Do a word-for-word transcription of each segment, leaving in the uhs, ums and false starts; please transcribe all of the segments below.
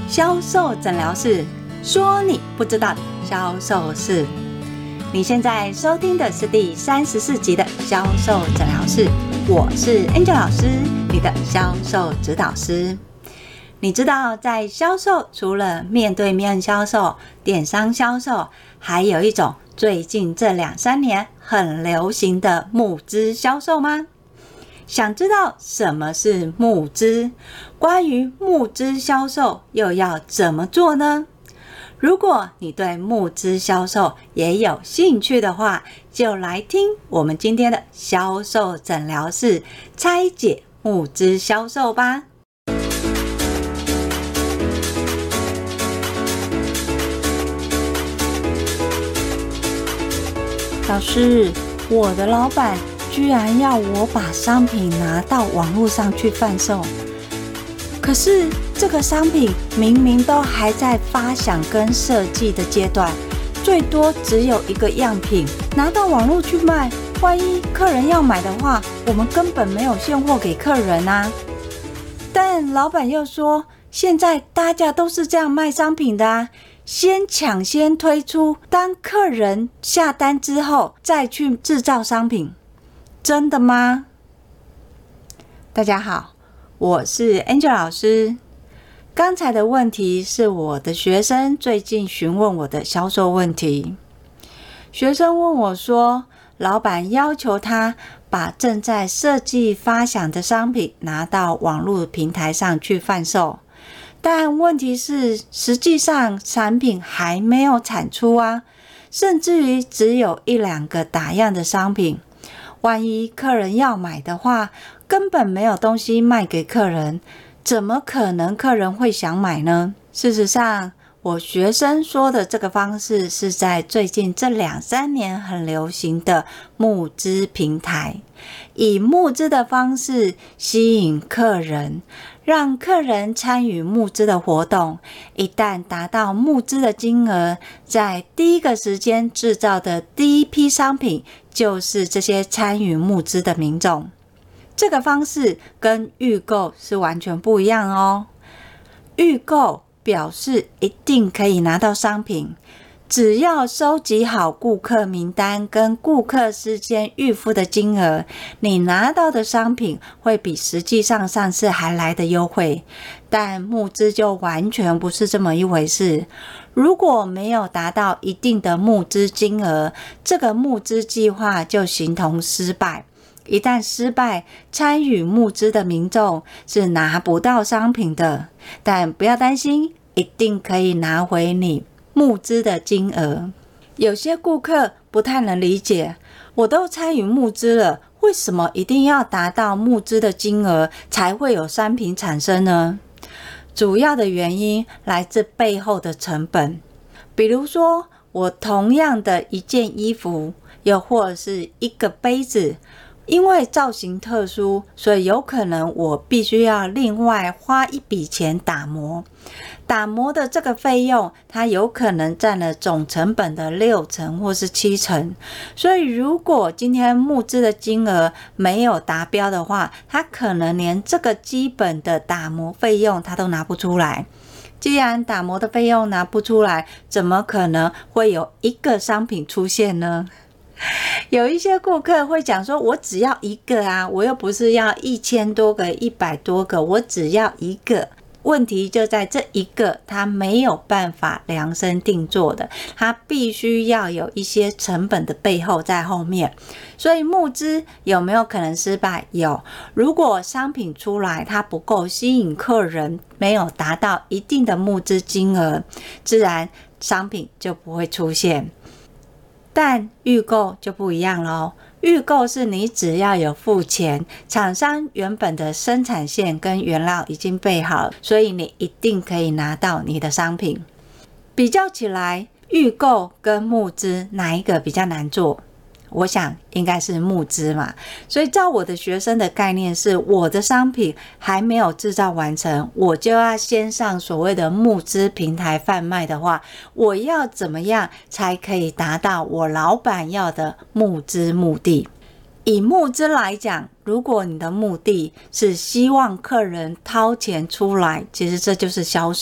销售诊疗室，说你不知道的销售事。你现在收听的是第三十四集的销售诊疗室，我是 Angel 老师，你的销售指导师。你知道在销售除了面对面销售、电商销售，还有一种最近这两三年很流行的募资销售吗？想知道什么是募资？关于募资销售又要怎么做呢？如果你对募资销售也有兴趣的话，就来听我们今天的销售诊疗室拆解募资销售吧。老师，我的老板居然要我把商品拿到网络上去贩售，可是这个商品明明都还在发想跟设计的阶段，最多只有一个样品，拿到网络去卖，万一客人要买的话，我们根本没有现货给客人啊。但老板又说，现在大家都是这样卖商品的啊，先抢先推出，当客人下单之后再去制造商品。真的吗？大家好，我是 Angel 老师。刚才的问题是我的学生最近询问我的销售问题。学生问我说，老板要求他把正在设计发想的商品拿到网络平台上去贩售，但问题是实际上产品还没有产出啊，甚至于只有一两个打样的商品。万一客人要买的话，根本没有东西卖给客人，怎么可能客人会想买呢？事实上，我学生说的这个方式是在最近这两三年很流行的募资平台，以募资的方式吸引客人，让客人参与募资的活动，一旦达到募资的金额，在第一个时间制造的第一批商品就是这些参与募资的民众。这个方式跟预购是完全不一样哦。预购表示一定可以拿到商品，只要收集好顾客名单跟顾客事先预付的金额，你拿到的商品会比实际上上市还来得优惠。但募资就完全不是这么一回事。如果没有达到一定的募资金额，这个募资计划就形同失败。一旦失败，参与募资的民众是拿不到商品的。但不要担心，一定可以拿回你募资的金额。有些顾客不太能理解，我都参与募资了，为什么一定要达到募资的金额才会有商品产生呢？主要的原因来自背后的成本。比如说，我同样的一件衣服，又或者是一个杯子，因为造型特殊，所以有可能我必须要另外花一笔钱打磨。打磨的这个费用，它有可能占了总成本的六成或是七成。所以如果今天募资的金额没有达标的话，它可能连这个基本的打磨费用它都拿不出来。既然打磨的费用拿不出来，怎么可能会有一个商品出现呢？有一些顾客会讲说，我只要一个啊，我又不是要一千多个、一百多个，我只要一个。问题就在这一个，它没有办法量身定做的，它必须要有一些成本的背后在后面。所以募资有没有可能失败？有。如果商品出来它不够吸引客人，没有达到一定的募资金额，自然商品就不会出现。但预购就不一样咯，预购是你只要有付钱，厂商原本的生产线跟原料已经备好了，所以你一定可以拿到你的商品。比较起来，预购跟募资哪一个比较难做？我想应该是募资嘛。所以照我的学生的概念是，我的商品还没有制造完成，我就要先上所谓的募资平台贩卖的话，我要怎么样才可以达到我老板要的募资目的？以募资来讲，如果你的目的是希望客人掏钱出来，其实这就是销售。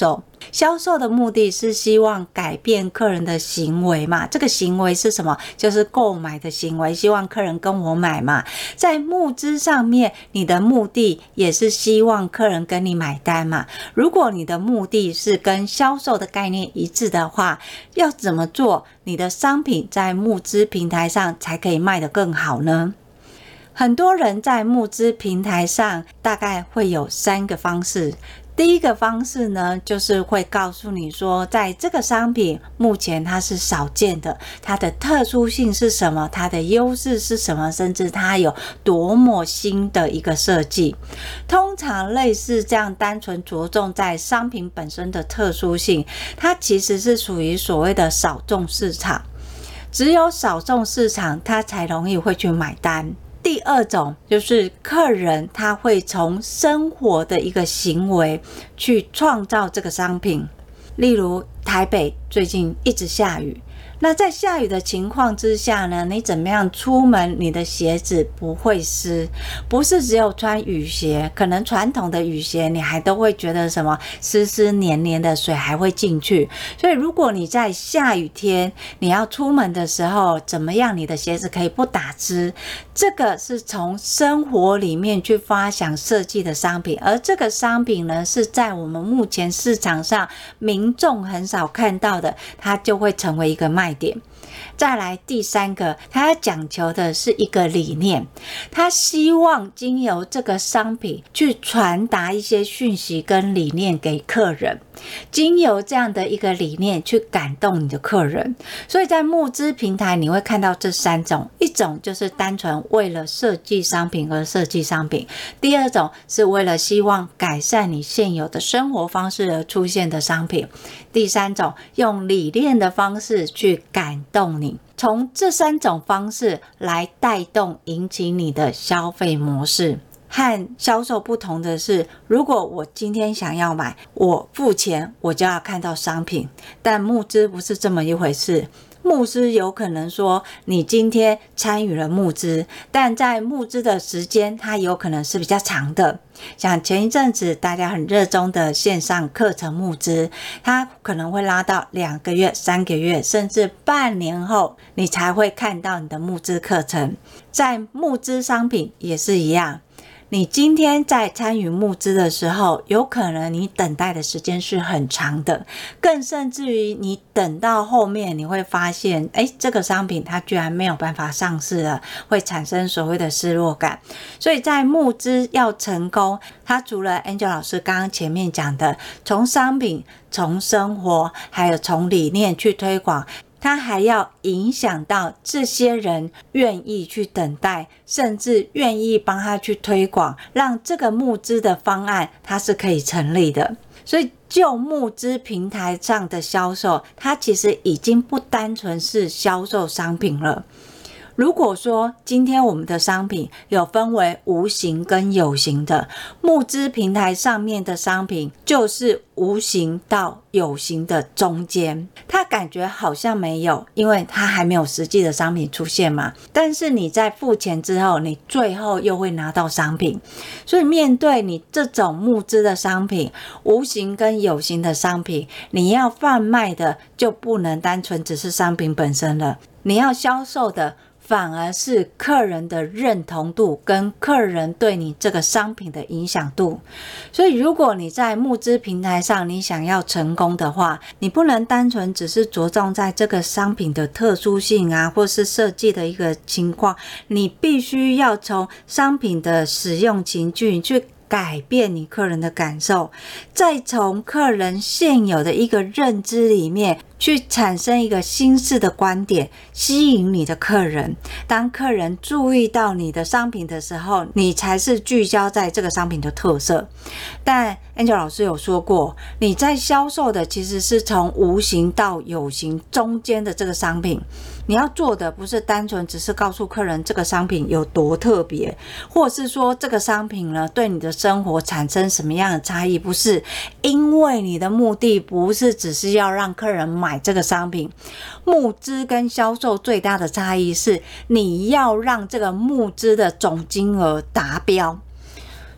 销售的目的是希望改变客人的行为嘛，这个行为是什么？就是购买的行为，希望客人跟我买嘛。在募资上面，你的目的也是希望客人跟你买单嘛。如果你的目的是跟销售的概念一致的话，要怎么做你的商品在募资平台上才可以卖得更好呢？很多人在募资平台上大概会有三个方式。第一个方式呢，就是会告诉你说，在这个商品目前它是少见的，它的特殊性是什么，它的优势是什么，甚至它有多么新的一个设计。通常类似这样单纯着重在商品本身的特殊性，它其实是属于所谓的少众市场，只有少众市场它才容易会去买单。第二种就是客人他会从生活的一个行为去创造这个商品，例如台北最近一直下雨，那在下雨的情况之下呢，你怎么样出门你的鞋子不会湿？不是只有穿雨鞋，可能传统的雨鞋你还都会觉得什么湿湿黏黏的，水还会进去。所以如果你在下雨天你要出门的时候，怎么样你的鞋子可以不打湿？这个是从生活里面去发想设计的商品，而这个商品呢，是在我们目前市场上民众很少看到的，它就会成为一个卖点。再来第三个，他讲求的是一个理念，他希望经由这个商品去传达一些讯息跟理念给客人，经由这样的一个理念去感动你的客人。所以在募资平台你会看到这三种，一种就是单纯为了设计商品而设计商品，第二种是为了希望改善你现有的生活方式而出现的商品，第三种用理念的方式去感动你。从这三种方式来带动引起你的消费模式。和销售不同的是，如果我今天想要买，我付钱我就要看到商品，但募资不是这么一回事。募资有可能说你今天参与了募资，但在募资的时间它有可能是比较长的，像前一阵子大家很热衷的线上课程募资，它可能会拉到两个月、三个月，甚至半年后你才会看到你的募资课程。在募资商品也是一样，你今天在参与募资的时候，有可能你等待的时间是很长的，更甚至于你等到后面你会发现，诶，这个商品它居然没有办法上市了，会产生所谓的失落感。所以在募资要成功，它除了 Angel 老师刚刚前面讲的，从商品、从生活，还有从理念去推广，它还要影响到这些人愿意去等待，甚至愿意帮他去推广，让这个募资的方案它是可以成立的。所以就募资平台上的销售，它其实已经不单纯是销售商品了。如果说今天我们的商品有分为无形跟有形的，募资平台上面的商品就是无形到有形的中间，它感觉好像没有，因为它还没有实际的商品出现嘛。但是你在付钱之后，你最后又会拿到商品。所以面对你这种募资的商品，无形跟有形的商品，你要贩卖的就不能单纯只是商品本身了，你要销售的反而是客人的认同度跟客人对你这个商品的影响度。所以如果你在募资平台上你想要成功的话，你不能单纯只是着重在这个商品的特殊性啊，或是设计的一个情况，你必须要从商品的使用情境去改变你客人的感受，再从客人现有的一个认知里面去产生一个新式的观点，吸引你的客人。当客人注意到你的商品的时候，你才是聚焦在这个商品的特色。但 Angel 老师有说过，你在销售的其实是从无形到有形中间的这个商品，你要做的不是单纯只是告诉客人这个商品有多特别，或是说这个商品呢对你的生活产生什么样的差异，不是，因为你的目的不是只是要让客人买这个商品。募资跟销售最大的差异是，你要让这个募资的总金额达标。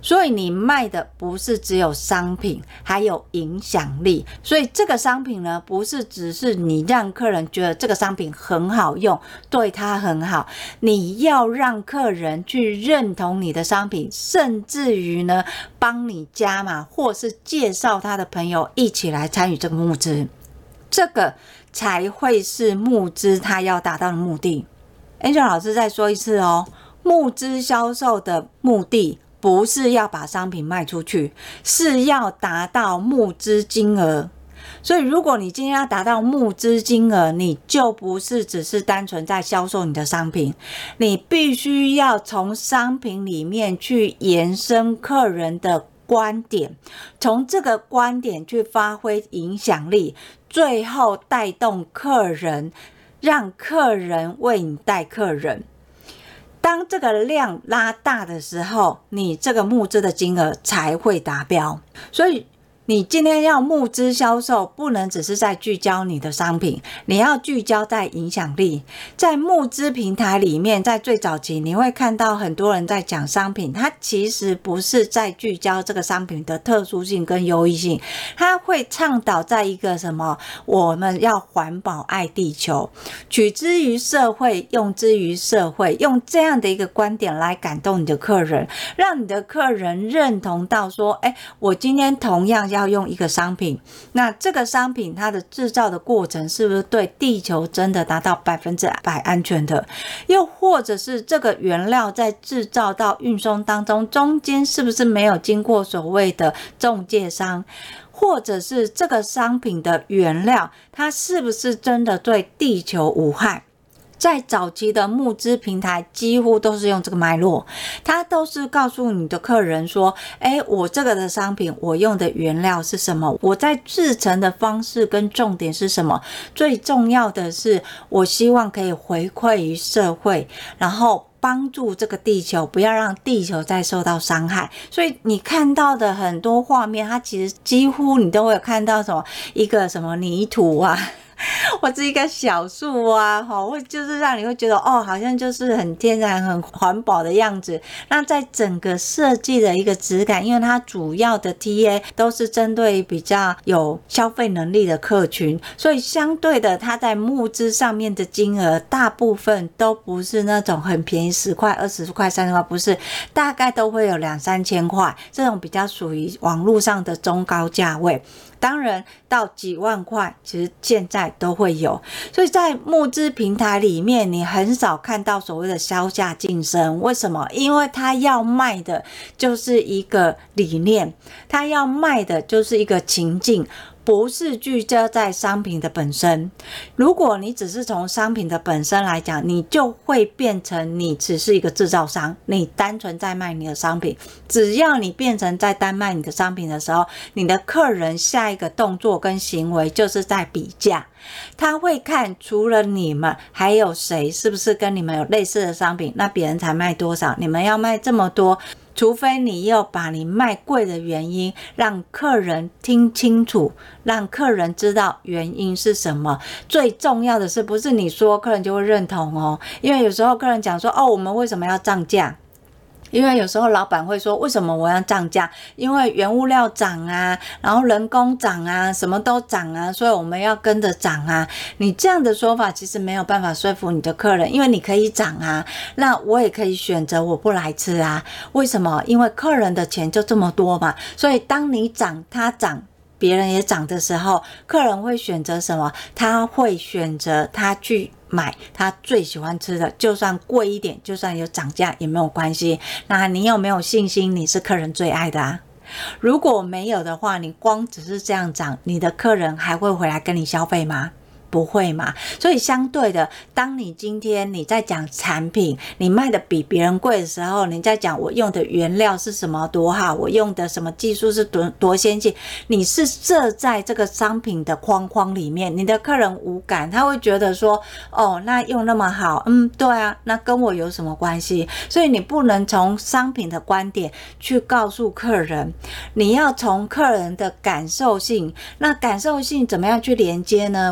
所以你卖的不是只有商品，还有影响力。所以这个商品呢，不是只是你让客人觉得这个商品很好用，对他很好，你要让客人去认同你的商品，甚至于呢，帮你加码，或是介绍他的朋友一起来参与这个募资，这个才会是募资他要达到的目的。Angel 老师再说一次哦，募资销售的目的不是要把商品卖出去，是要达到募资金额。所以如果你今天要达到募资金额，你就不是只是单纯在销售你的商品，你必须要从商品里面去延伸客人的观点，从这个观点去发挥影响力，最后带动客人，让客人为你带客人。当这个量拉大的时候，你这个募资的金额才会达标。所以你今天要募资销售，不能只是在聚焦你的商品，你要聚焦在影响力。在募资平台里面，在最早期你会看到很多人在讲商品，他其实不是在聚焦这个商品的特殊性跟优异性，他会倡导在一个什么，我们要环保爱地球，取之于社会，用之于社会，用这样的一个观点来感动你的客人，让你的客人认同到说，哎，我今天同样要要用一个商品，那这个商品它的制造的过程是不是对地球真的达到百分之百安全的？又或者是这个原料在制造到运送当中，中间是不是没有经过所谓的中介商？或者是这个商品的原料，它是不是真的对地球无害？在早期的募资平台几乎都是用这个脉络，它都是告诉你的客人说，诶，我这个的商品我用的原料是什么，我在制成的方式跟重点是什么，最重要的是我希望可以回馈于社会，然后帮助这个地球，不要让地球再受到伤害。所以你看到的很多画面，它其实几乎你都会有看到什么一个什么泥土啊，或是一个小树啊，会就是让你会觉得哦，好像就是很天然很环保的样子。那在整个设计的一个质感，因为它主要的 T A 都是针对比较有消费能力的客群，所以相对的它在募资上面的金额大部分都不是那种很便宜，十块二十块三十块，不是，大概都会有两三千块，这种比较属于网络上的中高价位。当然到几万块其实现在都会有，所以在募资平台里面你很少看到所谓的销价竞争。为什么？因为他要卖的就是一个理念，他要卖的就是一个情境，不是聚焦在商品的本身。如果你只是从商品的本身来讲，你就会变成你只是一个制造商，你单纯在卖你的商品。只要你变成在单卖你的商品的时候，你的客人下一个动作跟行为就是在比价，他会看除了你们还有谁是不是跟你们有类似的商品，那别人才卖多少，你们要卖这么多，除非你要把你卖贵的原因让客人听清楚，让客人知道原因是什么。最重要的是不是你说客人就会认同哦，因为有时候客人讲说哦，我们为什么要涨价？因为有时候老板会说，为什么我要涨价？因为原物料涨啊，然后人工涨啊，什么都涨啊，所以我们要跟着涨啊。你这样的说法其实没有办法说服你的客人，因为你可以涨啊，那我也可以选择我不来吃啊。为什么？因为客人的钱就这么多嘛，所以当你涨，他涨，别人也涨的时候，客人会选择什么？他会选择他去买他最喜欢吃的，就算贵一点，就算有涨价也没有关系。那你有没有信心你是客人最爱的啊？如果没有的话，你光只是这样涨，你的客人还会回来跟你消费吗？不会嘛。所以相对的，当你今天你在讲产品，你卖的比别人贵的时候，你在讲我用的原料是什么多好，我用的什么技术是多多先进，你是设在这个商品的框框里面，你的客人无感，他会觉得说哦，那用那么好，嗯，对啊，那跟我有什么关系？所以你不能从商品的观点去告诉客人，你要从客人的感受性。那感受性怎么样去连接呢？不是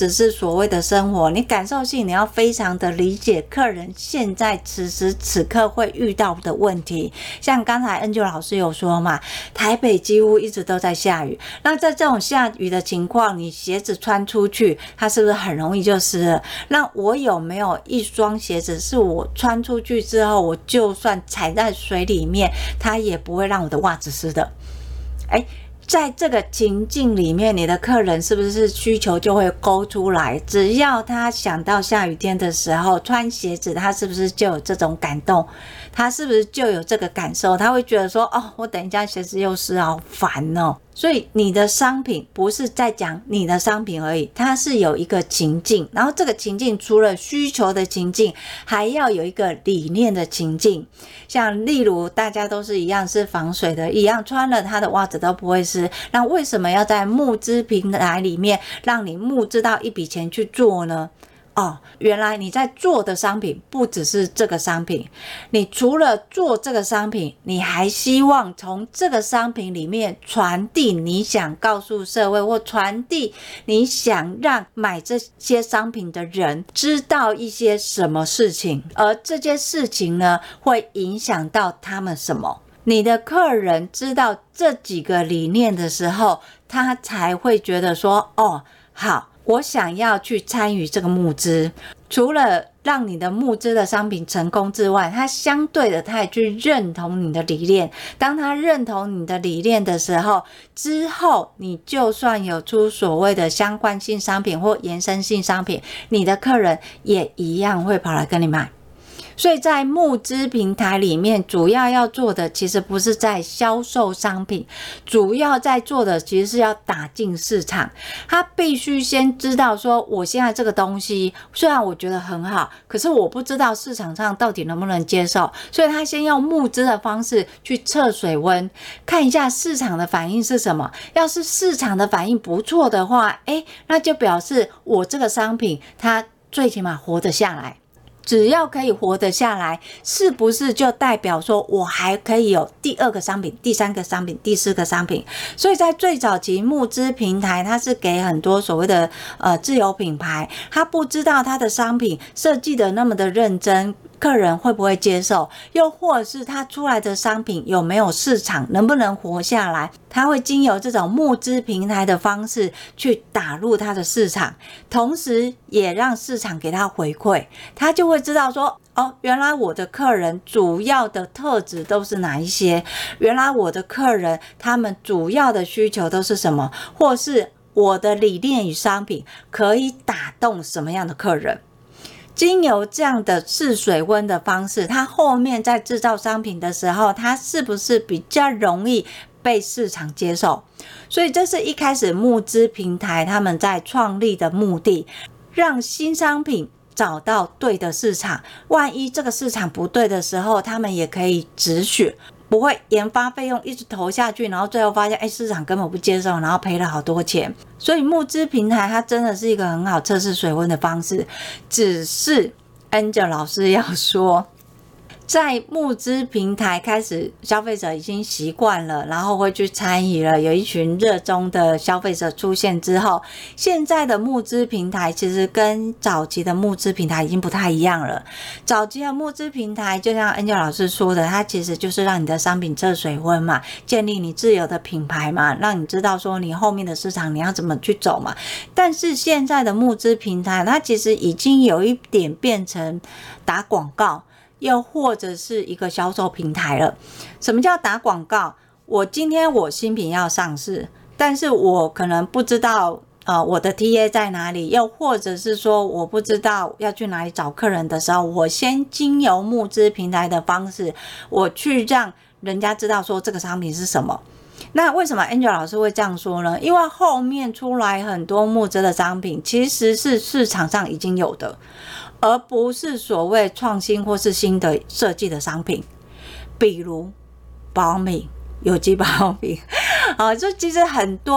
只是所谓的生活，你感受性你要非常的理解客人现在此时此刻会遇到的问题。像刚才恩啾老师有说嘛，台北几乎一直都在下雨，那在这种下雨的情况，你鞋子穿出去，它是不是很容易就湿了？那我有没有一双鞋子是我穿出去之后，我就算踩在水里面，它也不会让我的袜子湿的？哎，在这个情境里面，你的客人是不是需求就会勾出来？只要他想到下雨天的时候穿鞋子，他是不是就有这种感动？他是不是就有这个感受？他会觉得说，哦，我等一下鞋子又湿，好烦哦。所以你的商品不是在讲你的商品而已，它是有一个情境，然后这个情境除了需求的情境，还要有一个理念的情境。像例如大家都是一样是防水的，一样穿了他的袜子都不会湿，那为什么要在募资平台里面让你募资到一笔钱去做呢？哦，原来你在做的商品不只是这个商品，你除了做这个商品，你还希望从这个商品里面传递你想告诉社会，或传递你想让买这些商品的人知道一些什么事情，而这些事情呢，会影响到他们什么？你的客人知道这几个理念的时候，他才会觉得说，哦，好，我想要去参与这个募资。除了让你的募资的商品成功之外，他相对的他也去认同你的理念。当他认同你的理念的时候，之后你就算有出所谓的相关性商品或延伸性商品，你的客人也一样会跑来跟你买。所以在募资平台里面，主要要做的其实不是在销售商品，主要在做的其实是要打进市场。他必须先知道说，我现在这个东西虽然我觉得很好，可是我不知道市场上到底能不能接受，所以他先用募资的方式去测水温，看一下市场的反应是什么。要是市场的反应不错的话，诶，那就表示我这个商品它最起码活得下来。只要可以活得下来，是不是就代表说我还可以有第二个商品、第三个商品、第四个商品？所以在最早期募资平台，它是给很多所谓的呃自有品牌，他不知道他的商品设计的那么的认真，客人会不会接受，又或者是他出来的商品有没有市场，能不能活下来，他会经由这种募资平台的方式去打入他的市场，同时也让市场给他回馈，他就会知道说，哦，原来我的客人主要的特质都是哪一些，原来我的客人他们主要的需求都是什么，或是我的理念与商品可以打动什么样的客人。经由这样的试水温的方式，它后面在制造商品的时候，它是不是比较容易被市场接受？所以这是一开始募资平台他们在创立的目的，让新商品找到对的市场，万一这个市场不对的时候，他们也可以止血，不会研发费用一直投下去，然后最后发现哎，市场根本不接受，然后赔了好多钱。所以募资平台它真的是一个很好测试水温的方式，只是 Angel 老师要说，在募资平台开始，消费者已经习惯了，然后会去参与了，有一群热衷的消费者出现之后，现在的募资平台其实跟早期的募资平台已经不太一样了。早期的募资平台就像 Angel 老师说的，它其实就是让你的商品测水温嘛，建立你自有的品牌嘛，让你知道说你后面的市场你要怎么去走嘛。但是现在的募资平台，它其实已经有一点变成打广告，又或者是一个销售平台了。什么叫打广告？我今天我新品要上市，但是我可能不知道呃我的 T A 在哪里，又或者是说我不知道要去哪里找客人的时候，我先经由募资平台的方式，我去让人家知道说这个商品是什么。那为什么 Angel 老师会这样说呢？因为后面出来很多募资的商品其实是市场上已经有的，而不是所谓创新或是新的设计的商品，比如保养品、有机保养品。好，就其实很多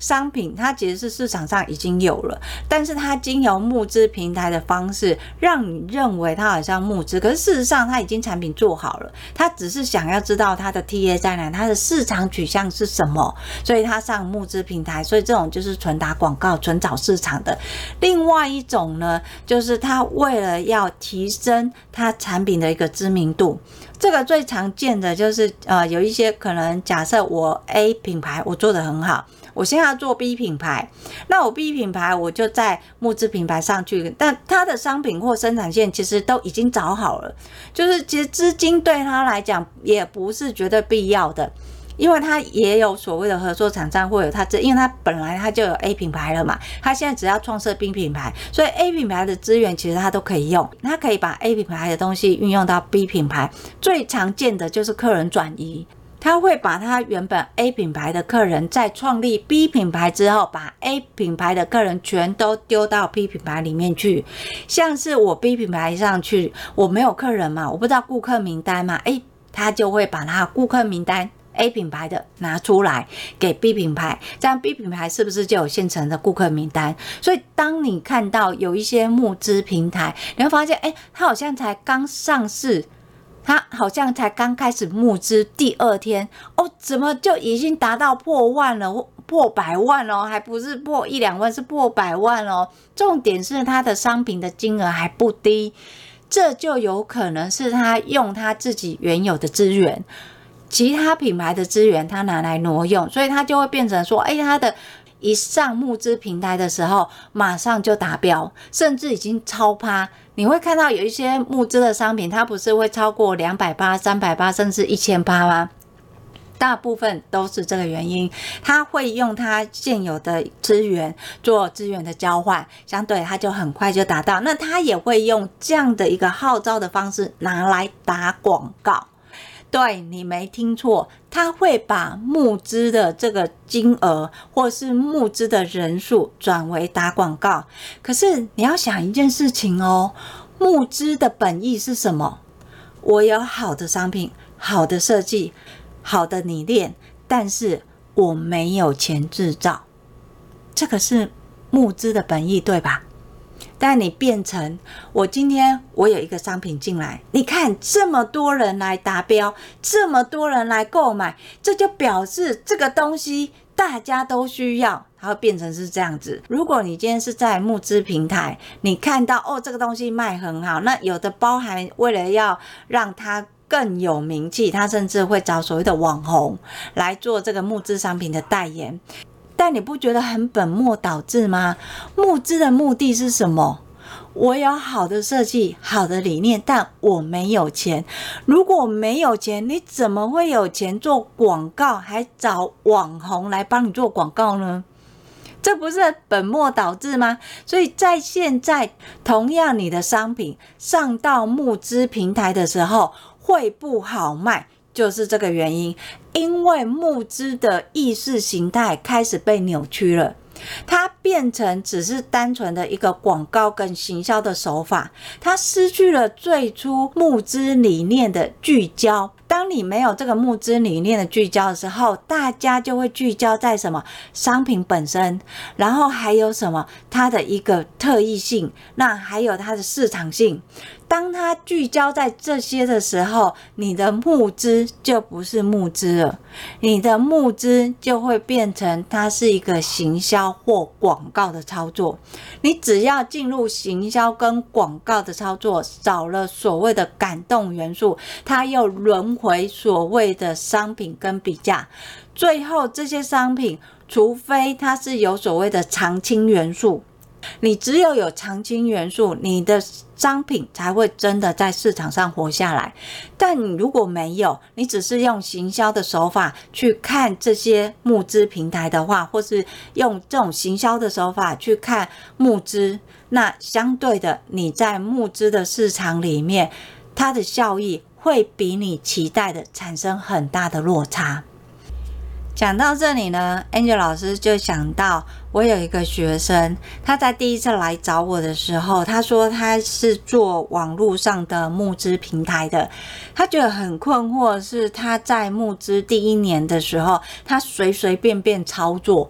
商品它其实是市场上已经有了，但是它经由募资平台的方式让你认为它好像募资，可是事实上它已经产品做好了，它只是想要知道它的 T A 在哪，它的市场取向是什么，所以它上募资平台，所以这种就是纯打广告纯找市场的。另外一种呢，就是它为了要提升它产品的一个知名度，这个最常见的就是呃有一些可能假设我 A 品牌我做得很好，我现在要做 B 品牌，那我 B 品牌我就在募资平台上去，但它的商品或生产线其实都已经找好了，就是其实资金对他来讲也不是绝对必要的，因为他也有所谓的合作厂商，或者他这，因为他本来他就有 A 品牌了嘛，他现在只要创设 B 品牌，所以 A 品牌的资源其实他都可以用，他可以把 A 品牌的东西运用到 B 品牌。最常见的就是客人转移，他会把他原本 A 品牌的客人在创立 B 品牌之后，把 A 品牌的客人全都丢到 B 品牌里面去。像是我 B 品牌上去，我没有客人嘛，我不知道顾客名单嘛，诶，他就会把他顾客名单A 品牌的拿出来给 B 品牌，这样 B 品牌是不是就有现成的顾客名单？所以当你看到有一些募资平台，你会发现，哎，它好像才刚上市，它好像才刚开始募资第二天，哦，怎么就已经达到破万了，破百万了，还不是破一两万，是破百万了。重点是它的商品的金额还不低，这就有可能是他用他自己原有的资源，其他品牌的资源他拿来挪用，所以他就会变成说，哎，他的一上募资平台的时候马上就达标，甚至已经超趴。你会看到有一些募资的商品，它不是会超过两百趴、三百趴甚至一千趴吗？大部分都是这个原因，他会用他现有的资源做资源的交换，相对他就很快就达到。那他也会用这样的一个号召的方式拿来打广告。对，你没听错，他会把募资的这个金额或是募资的人数转为打广告。可是你要想一件事情哦，募资的本意是什么？我有好的商品、好的设计、好的理念，但是我没有钱制造，这个是募资的本意，对吧？但你变成我今天我有一个商品进来，你看这么多人来达标，这么多人来购买，这就表示这个东西大家都需要，它会变成是这样子。如果你今天是在募资平台，你看到哦这个东西卖很好，那有的包含为了要让它更有名气，他甚至会找所谓的网红来做这个募资商品的代言。但你不觉得很本末倒置吗？募资的目的是什么？我有好的设计、好的理念，但我没有钱。如果没有钱，你怎么会有钱做广告，还找网红来帮你做广告呢？这不是本末倒置吗？所以在现在，同样你的商品上到募资平台的时候，会不好卖，就是这个原因。因为募资的意识形态开始被扭曲了，它变成只是单纯的一个广告跟行销的手法，它失去了最初募资理念的聚焦。当你没有这个募资理念的聚焦的时候，大家就会聚焦在什么？商品本身，然后还有什么？它的一个特异性，那还有它的市场性。当它聚焦在这些的时候，你的募资就不是募资了，你的募资就会变成它是一个行销或广告的操作。你只要进入行销跟广告的操作，少了所谓的感动元素，它又轮回所谓的商品跟比价，最后这些商品除非它是有所谓的常青元素，你只有有常青元素，你的商品才会真的在市场上活下来。但你如果没有，你只是用行销的手法去看这些募资平台的话，或是用这种行销的手法去看募资，那相对的你在募资的市场里面，它的效益会比你期待的产生很大的落差。讲到这里呢 Angel 老师就想到我有一个学生，他在第一次来找我的时候，他说他是做网络上的募资平台的，他觉得很困惑，是他在募资第一年的时候，他随随便便操作，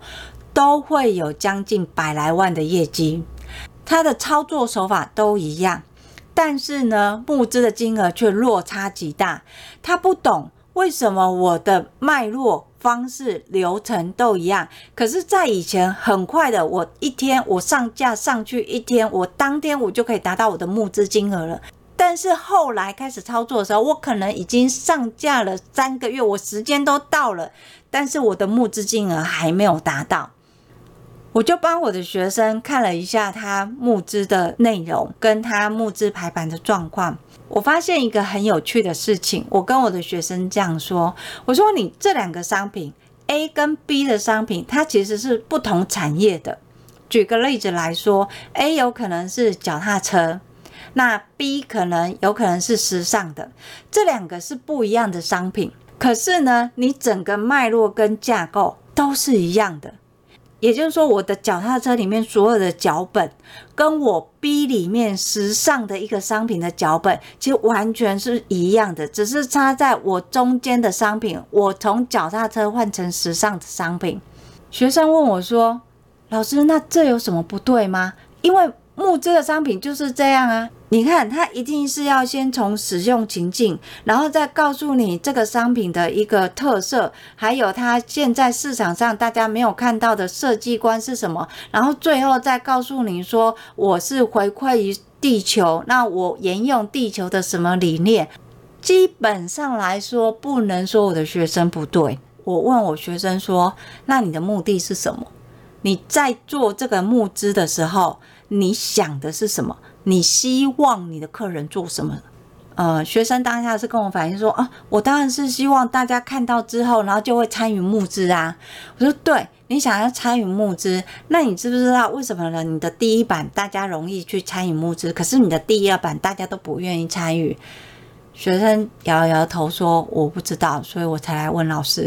都会有将近百来万的业绩，他的操作手法都一样，但是呢，募资的金额却落差极大。他不懂为什么我的脉络、方式、流程都一样，可是在以前很快的，我一天我上架上去一天，我当天我就可以达到我的募资金额了。但是后来开始操作的时候，我可能已经上架了三个月，我时间都到了，但是我的募资金额还没有达到。我就帮我的学生看了一下他募资的内容跟他募资排版的状况，我发现一个很有趣的事情。我跟我的学生这样说，我说你这两个商品 A 跟 B 的商品，它其实是不同产业的。举个例子来说， A 有可能是脚踏车，那 B 可能有可能是时尚的，这两个是不一样的商品，可是呢，你整个脉络跟架构都是一样的。也就是说，我的脚踏车里面所有的脚本，跟我 B 里面时尚的一个商品的脚本，其实完全是一样的，只是差在我中间的商品，我从脚踏车换成时尚的商品。学生问我说：“老师，那这有什么不对吗？”因为募资的商品就是这样啊。你看，它一定是要先从使用情境，然后再告诉你这个商品的一个特色，还有它现在市场上大家没有看到的设计观是什么，然后最后再告诉你说我是回馈于地球，那我沿用地球的什么理念。基本上来说，不能说我的学生不对。我问我学生说，那你的目的是什么？你在做这个募资的时候，你想的是什么？你希望你的客人做什么？呃，学生当下是跟我反映说啊，我当然是希望大家看到之后，然后就会参与募资啊。我说对，你想要参与募资，那你知不知道为什么呢？你的第一版大家容易去参与募资，可是你的第二版大家都不愿意参与。学生摇摇头说我不知道，所以我才来问老师。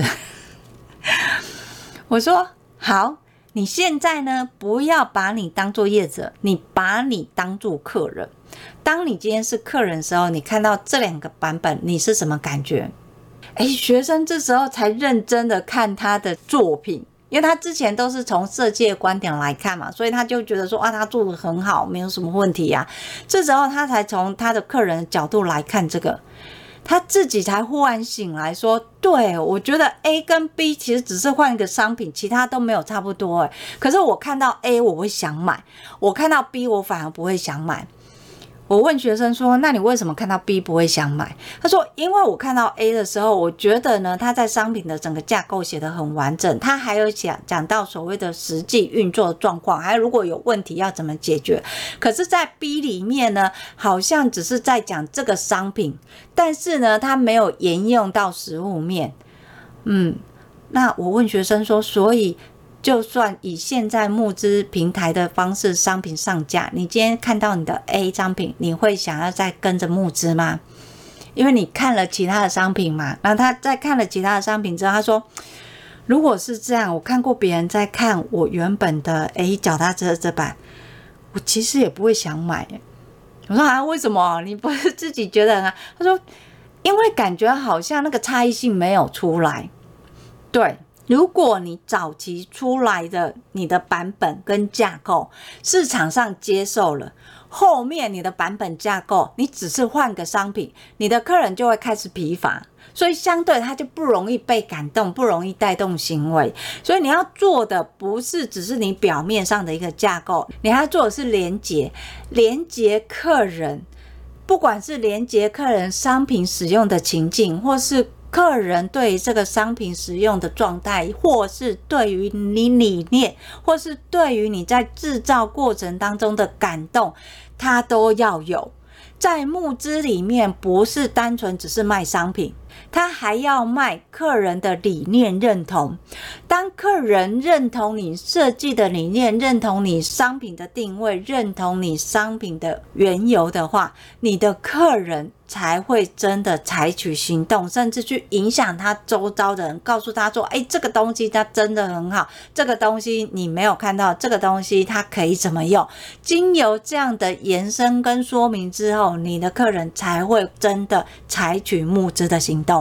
我说好。你现在呢，不要把你当作业者，你把你当作客人。当你今天是客人的时候，你看到这两个版本，你是什么感觉？诶，学生这时候才认真的看他的作品，因为他之前都是从设计的观点来看嘛，所以他就觉得说啊，他做得很好，没有什么问题啊。这时候他才从他的客人的角度来看这个。他自己才忽然醒来说，对，我觉得 A 跟 B 其实只是换一个商品，其他都没有差不多诶。可是我看到 A 我会想买，我看到 B 我反而不会想买。我问学生说，那你为什么看到 B 不会想买？他说，因为我看到 A 的时候，我觉得呢，他在商品的整个架构写得很完整，他还有讲讲到所谓的实际运作的状况，还有如果有问题要怎么解决。可是在 B 里面呢，好像只是在讲这个商品，但是呢，他没有沿用到实物面。嗯，那我问学生说，所以就算以现在募资平台的方式商品上架，你今天看到你的 A 商品，你会想要再跟着募资吗？因为你看了其他的商品嘛。然后他在看了其他的商品之后，他说如果是这样，我看过别人在看我原本的 A 脚踏车这版，我其实也不会想买。我说啊，为什么？你不是自己觉得很好？他说因为感觉好像那个差异性没有出来。对，如果你早期出来的你的版本跟架构市场上接受了，后面你的版本架构你只是换个商品，你的客人就会开始疲乏，所以相对他就不容易被感动，不容易带动行为。所以你要做的不是只是你表面上的一个架构，你要做的是连结，连结客人，不管是连结客人商品使用的情境，或是客人对于这个商品使用的状态，或是对于你理念，或是对于你在制造过程当中的感动，它都要有。在募资里面，不是单纯只是卖商品，他还要卖客人的理念认同。当客人认同你设计的理念，认同你商品的定位，认同你商品的缘由的话，你的客人才会真的采取行动，甚至去影响他周遭的人，告诉他说，哎，这个东西它真的很好，这个东西你没有看到，这个东西它可以怎么用。经由这样的延伸跟说明之后，你的客人才会真的采取募资的行动。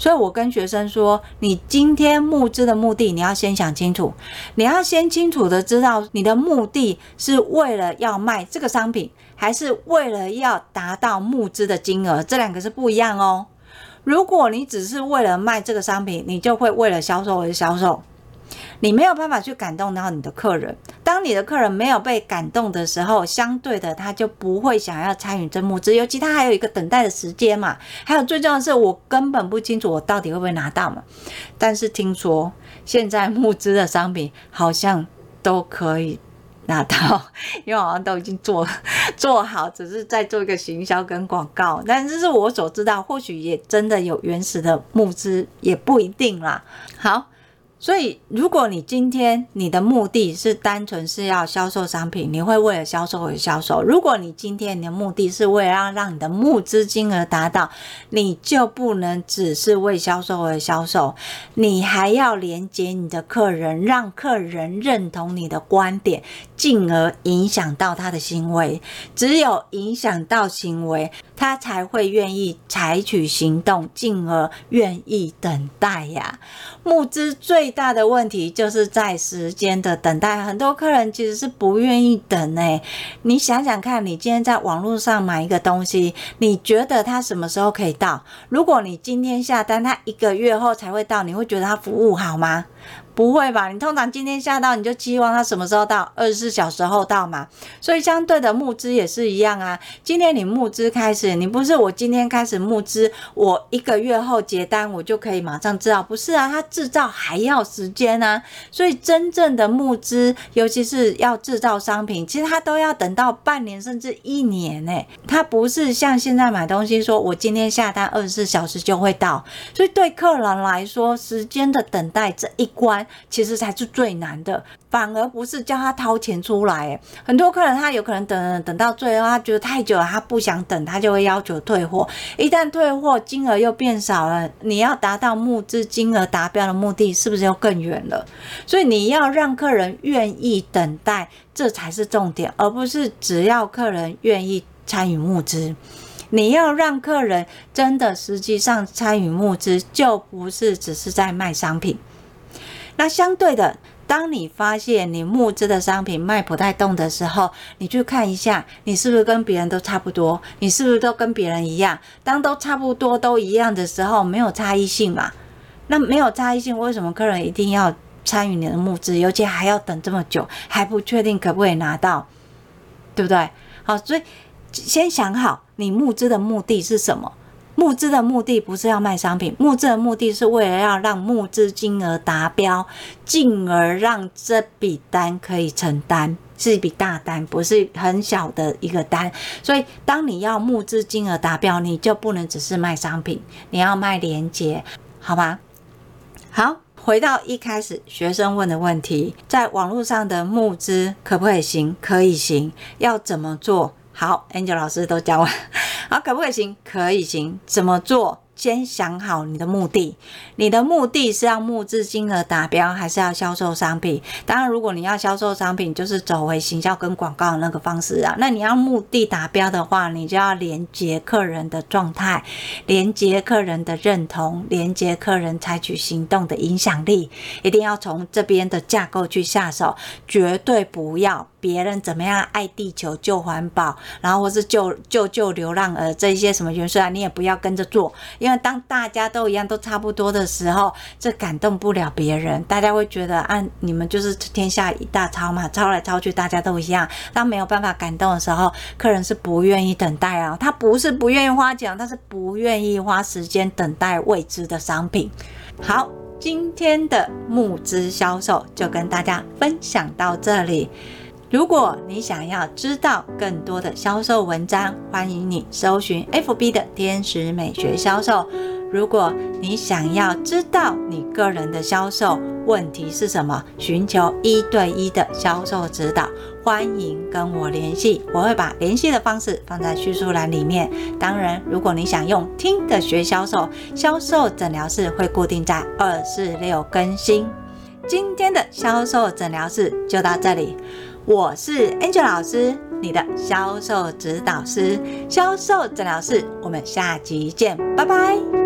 所以我跟学生说，你今天募资的目的你要先想清楚，你要先清楚的知道你的目的是为了要卖这个商品，还是为了要达到募资的金额，这两个是不一样哦。如果你只是为了卖这个商品，你就会为了销售而销售，你没有办法去感动到你的客人。当你的客人没有被感动的时候，相对的他就不会想要参与这募资，尤其他还有一个等待的时间嘛。还有最重要的是，我根本不清楚我到底会不会拿到嘛。但是听说现在募资的商品好像都可以拿到，因为好像都已经做做好，只是在做一个行销跟广告。但这是我所知道，或许也真的有原始的募资，也不一定啦。好。所以如果你今天你的目的是单纯是要销售商品，你会为了销售而销售。如果你今天你的目的是为了要让你的募资金额达到，你就不能只是为销售而销售，你还要连接你的客人，让客人认同你的观点，进而影响到他的行为。只有影响到行为，他才会愿意采取行动，进而愿意等待呀。募资最大的问题就是在时间的等待，很多客人其实是不愿意等欸。你想想看，你今天在网络上买一个东西，你觉得它什么时候可以到？如果你今天下单，它一个月后才会到，你会觉得它服务好吗？不会吧，你通常今天下到，你就期望它什么时候到，二十四小时后到嘛。所以相对的募资也是一样啊。今天你募资开始，你不是我今天开始募资，我一个月后结单我就可以马上制造，不是啊，它制造还要时间啊。所以真正的募资，尤其是要制造商品，其实它都要等到半年甚至一年欸。它不是像现在买东西说我今天下单二十四小时就会到。所以对客人来说，时间的等待这一关其实才是最难的，反而不是叫他掏钱出来。很多客人他有可能等等到最后，他觉得太久了，他不想等，他就会要求退货。一旦退货，金额又变少了，你要达到募资金额达标的目的，是不是又更远了？所以你要让客人愿意等待，这才是重点，而不是只要客人愿意参与募资。你要让客人真的实际上参与募资，就不是只是在卖商品。那相对的，当你发现你募资的商品卖不太动的时候，你去看一下，你是不是跟别人都差不多？你是不是都跟别人一样？当都差不多都一样的时候，没有差异性嘛？那没有差异性，为什么客人一定要参与你的募资，尤其还要等这么久，还不确定可不可以拿到，对不对？好，所以先想好你募资的目的是什么。募资的目的不是要卖商品，募资的目的是为了要让募资金额达标，进而让这笔单可以承担，是一笔大单，不是很小的一个单。所以当你要募资金额达标，你就不能只是卖商品，你要卖连结，好吗？好，回到一开始学生问的问题，在网络上的募资可不可以行？可以行，要怎么做？好 ，Angel 老师都讲完。好，可不可以行？可以行。怎么做？先想好你的目的，你的目的是要募资金额达标，还是要销售商品？当然，如果你要销售商品，就是走回行销跟广告的那个方式啊。那你要目的达标的话，你就要连接客人的状态，连接客人的认同，连接客人采取行动的影响力，一定要从这边的架构去下手，绝对不要别人怎么样爱地球救环保，然后或是救救救流浪儿这些什么元素啊，你也不要跟着做，因为当大家都一样都差不多的时候，这感动不了别人，大家会觉得啊，你们就是天下一大抄嘛，抄来抄去大家都一样。当没有办法感动的时候，客人是不愿意等待啊，他不是不愿意花钱，他是不愿意花时间等待未知的商品。好，今天的募资销售就跟大家分享到这里。如果你想要知道更多的销售文章，欢迎你搜寻 F B 的天使美学销售。如果你想要知道你个人的销售问题是什么，寻求一对一的销售指导，欢迎跟我联系，我会把联系的方式放在叙述栏里面。当然，如果你想用听的学销售，销售诊疗室会固定在二四六更新。今天的销售诊疗室就到这里，我是 Angel 老师，你的销售指导师，销售诊疗室，我们下集见，拜拜。